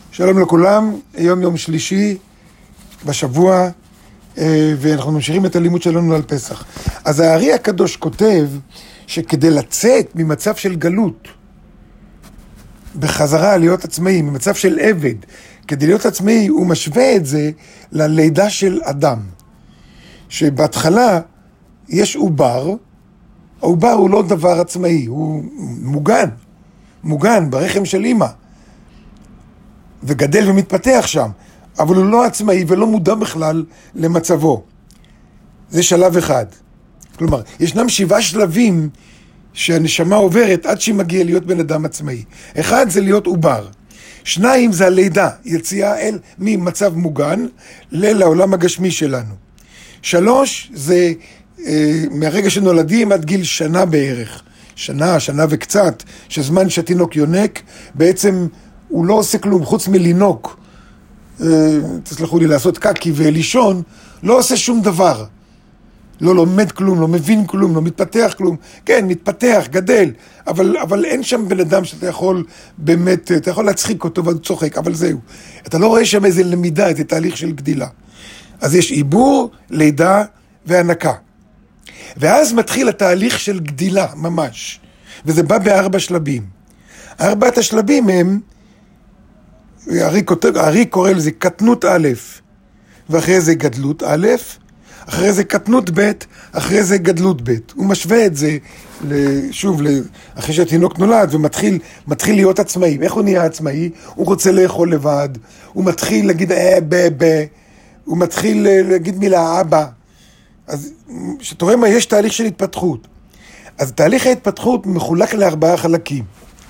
שלום לכולם, היום יום שלישי בשבוע, ואנחנו ממשיכים את הלימוד שלנו על פסח. אז הארי הקדוש כותב שכדי לצאת ממצב של גלות, בחזרה להיות עצמאי, ממצב של עבד, כדי להיות עצמאי, הוא משווה את זה ללידה של אדם. שבהתחלה יש עובר, העובר הוא לא דבר עצמאי, הוא מוגן ברחם של אמא. וגדל ומתפתח שם, אבל הוא לא עצמאי ולא מודע בכלל למצבו. זה שלב אחד. כלומר, ישנם 7 שלבים שהנשמה עוברת עד שהיא מגיעה להיות בן אדם עצמאי. 1 זה להיות עובר. 2 זה הלידה, יציאה ממצב מוגן לעולם הגשמי שלנו. 3 זה מהרגע שנולדים עד גיל שנה בערך. שנה וקצת, שזמן שהתינוק יונק, בעצם הוא לא עושה כלום, חוץ מלינוק, תסלחו לי, לעשות קקי ולישון, לא עושה שום דבר. לא לומד כלום, לא מבין כלום, לא מתפתח כלום. כן, מתפתח, גדל, אבל אין שם בן אדם שאתה יכול באמת, אתה יכול להצחיק אותו ואתה צוחק, אבל זהו. אתה לא רואה שם איזה למידה, איזה תהליך של גדילה. אז יש עיבור, לידה והנקה. ואז מתחיל התהליך של גדילה, ממש. וזה בא ב4 שלבים. 4 השלבים הם, הארי קורא לזה קטנות א', ואחרי זה גדלות א', אחרי זה קטנות ב', אחרי זה גדלות ב'. הוא משווה את זה, שוב, אחרי שהתינוק נולד ומתחיל להיות עצמאי. איך הוא נהיה עצמאי? הוא רוצה לאכול לבד, הוא מתחיל להגיד הוא מתחיל להגיד מילה אבא. אז שאתה רואה מה, יש תהליך של התפתחות. אז תהליך ההתפתחות מחולק ל4 חלקים.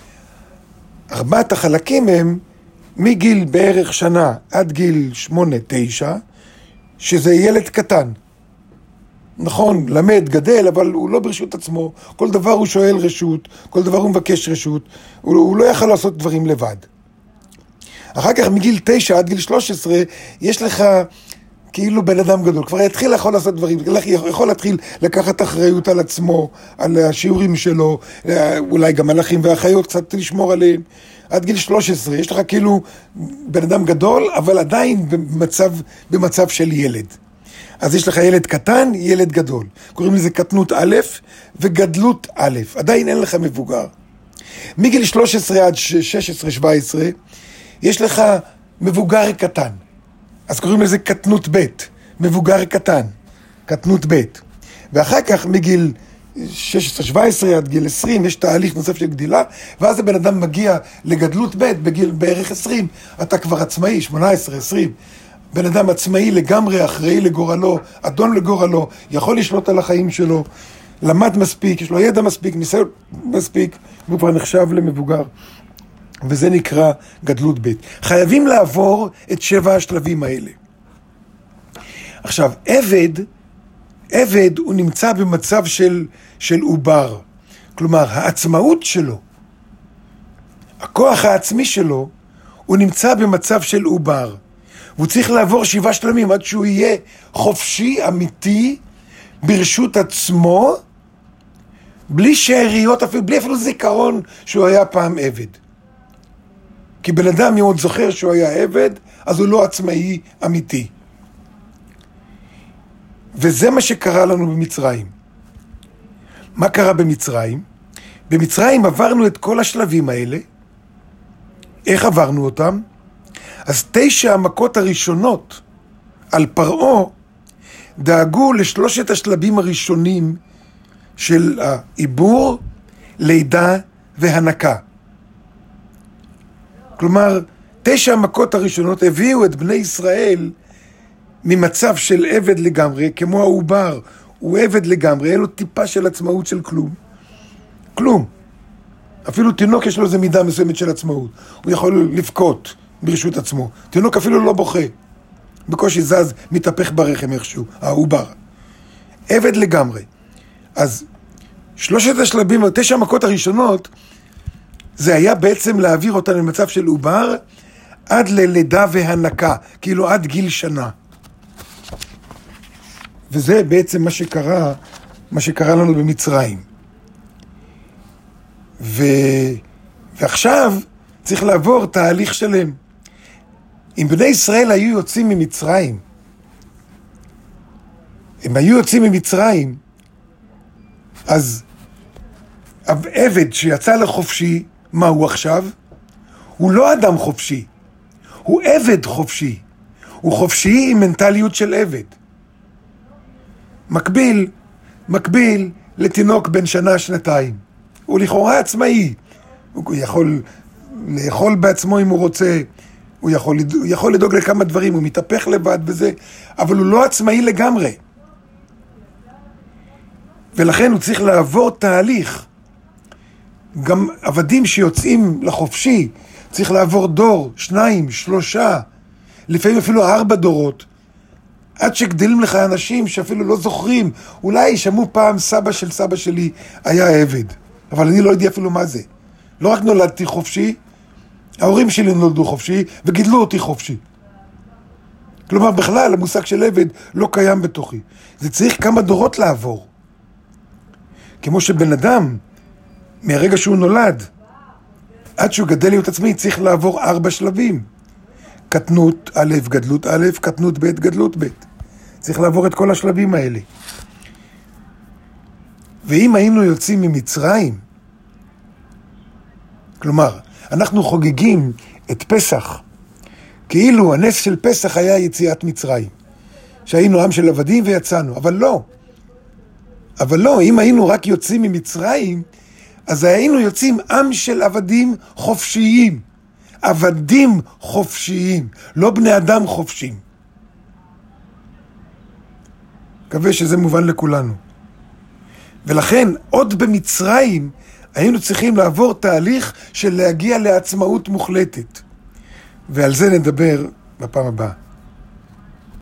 4 החלקים הם מגיל בערך שנה עד גיל 8-9, שזה ילד קטן. נכון, למד, גדל, אבל הוא לא ברשות עצמו. כל דבר הוא שואל רשות, כל דבר הוא מבקש רשות. הוא לא יכול לעשות דברים לבד. אחר כך מגיל 9 עד גיל 13, יש לך כאילו בן אדם גדול. כבר יכול לעשות דברים, יכול להתחיל לקחת אחריות על עצמו, על השיעורים שלו, אולי גם על אחים ואחיות, קצת לשמור עליהם. עד גיל 13, יש לך כאילו בן אדם גדול, אבל עדיין במצב של ילד. אז יש לך ילד קטן, ילד גדול. קוראים לזה קטנות א' וגדלות א'. עדיין אין לך מבוגר. מגיל 13 עד 16-17, יש לך מבוגר קטן. אז קוראים לזה קטנות ב', מבוגר קטן, קטנות ב'. ואחר כך מגיל 16-17 עד גיל 20 יש תהליך נוסף של גדילה, ואז הבן אדם מגיע לגדלות ב' בגיל בערך 20, אתה כבר עצמאי, 18-20, בן אדם עצמאי לגמרי, אחראי לגורלו, אדון לגורלו, יכול לשלוט על החיים שלו, למד מספיק, יש לו ידע מספיק, ניסיון מספיק, והוא כבר נחשב למבוגר. וזה נקרא גדלות ב'. חייבים לעבור את 7 השלבים האלה. עכשיו, עבד הוא נמצא במצב של עובר. כלומר, העצמאות שלו, הכוח העצמי שלו, הוא נמצא במצב של עובר. והוא צריך לעבור 7 שלבים עד שהוא יהיה חופשי, אמיתי, ברשות עצמו, בלי שאריות, בלי אפילו זיכרון שהוא היה פעם עבד. כי בן אדם אם עוד זוכר שהוא היה עבד, אז הוא לא עצמאי אמיתי. וזה מה שקרה לנו במצרים. מה קרה במצרים? במצרים עברנו את כל השלבים האלה. איך עברנו אותם? אז 9 המכות הראשונות על פרעה דאגו ל3 השלבים הראשונים של העיבור, לידה והנקה. כלומר, 9 המכות הראשונות הביאו את בני ישראל ממצב של עבד לגמרי, כמו העובר, הוא עבד לגמרי, אין לו טיפה של עצמאות של כלום. כלום. אפילו תינוק יש לו איזו מידה מסוימת של עצמאות. הוא יכול לבכות ברשות עצמו. תינוק אפילו לא בוכה. בקושי זז, מתהפך ברחם איכשהו, העובר. עבד לגמרי. אז 3 השלבים, 9 המכות הראשונות, זה היה בעצם להעביר אותנו למצב של עובר עד ללידה והנקה, כאילו עד גיל שנה. וזה בעצם מה שקרה לנו במצרים. ועכשיו צריך לעבור תהליך שלם. אם בני ישראל היו יוצאים ממצרים, הם היו יוצאים ממצרים, אז עבד שיצא לחופשי, מה הוא עכשיו? הוא לא אדם חופשי, הוא עבד חופשי. הוא חופשי עם מנטליות של עבד. מקביל לתינוק בן שנה, שנתיים. הוא לכאורה עצמאי. הוא יכול לאכול בעצמו אם הוא רוצה, הוא יכול לדאוג לכמה דברים, הוא מתהפך לבד בזה, אבל הוא לא עצמאי לגמרי. ולכן הוא צריך לעבור תהליך. גם עבדים שיוצאים לחופשי, צריך לעבור דור, 2, 3, לפעמים אפילו 4 דורות, עד שגדלים לך אנשים שאפילו לא זוכרים, אולי שמעו פעם סבא של סבא שלי היה עבד, אבל אני לא יודע אפילו מה זה. לא רק נולדתי חופשי, ההורים שלי נולדו חופשי וגידלו אותי חופשי. כלומר, בכלל, המושג של עבד לא קיים בתוכי. זה צריך כמה דורות לעבור. כמו שבן אדם, מהרגע שהוא נולד, עד שהוא גדל להיות עצמי, צריך לעבור 4 שלבים. קטנות א', גדלות א', קטנות ב', גדלות ב'. צריך לעבור את כל השלבים האלה. ואם היינו יוצאים ממצרים, כלומר, אנחנו חוגגים את פסח, כאילו הנס של פסח היה יציאת מצרים, שהיינו עם של עבדים ויצאנו, אבל לא, אם היינו רק יוצאים ממצרים, אז היינו יוצאים עם של עבדים חופשיים. עבדים חופשיים, לא בני אדם חופשיים. מקווה שזה מובן לכולנו. ולכן, עוד במצרים, היינו צריכים לעבור תהליך של להגיע לעצמאות מוחלטת. ועל זה נדבר בפעם הבאה.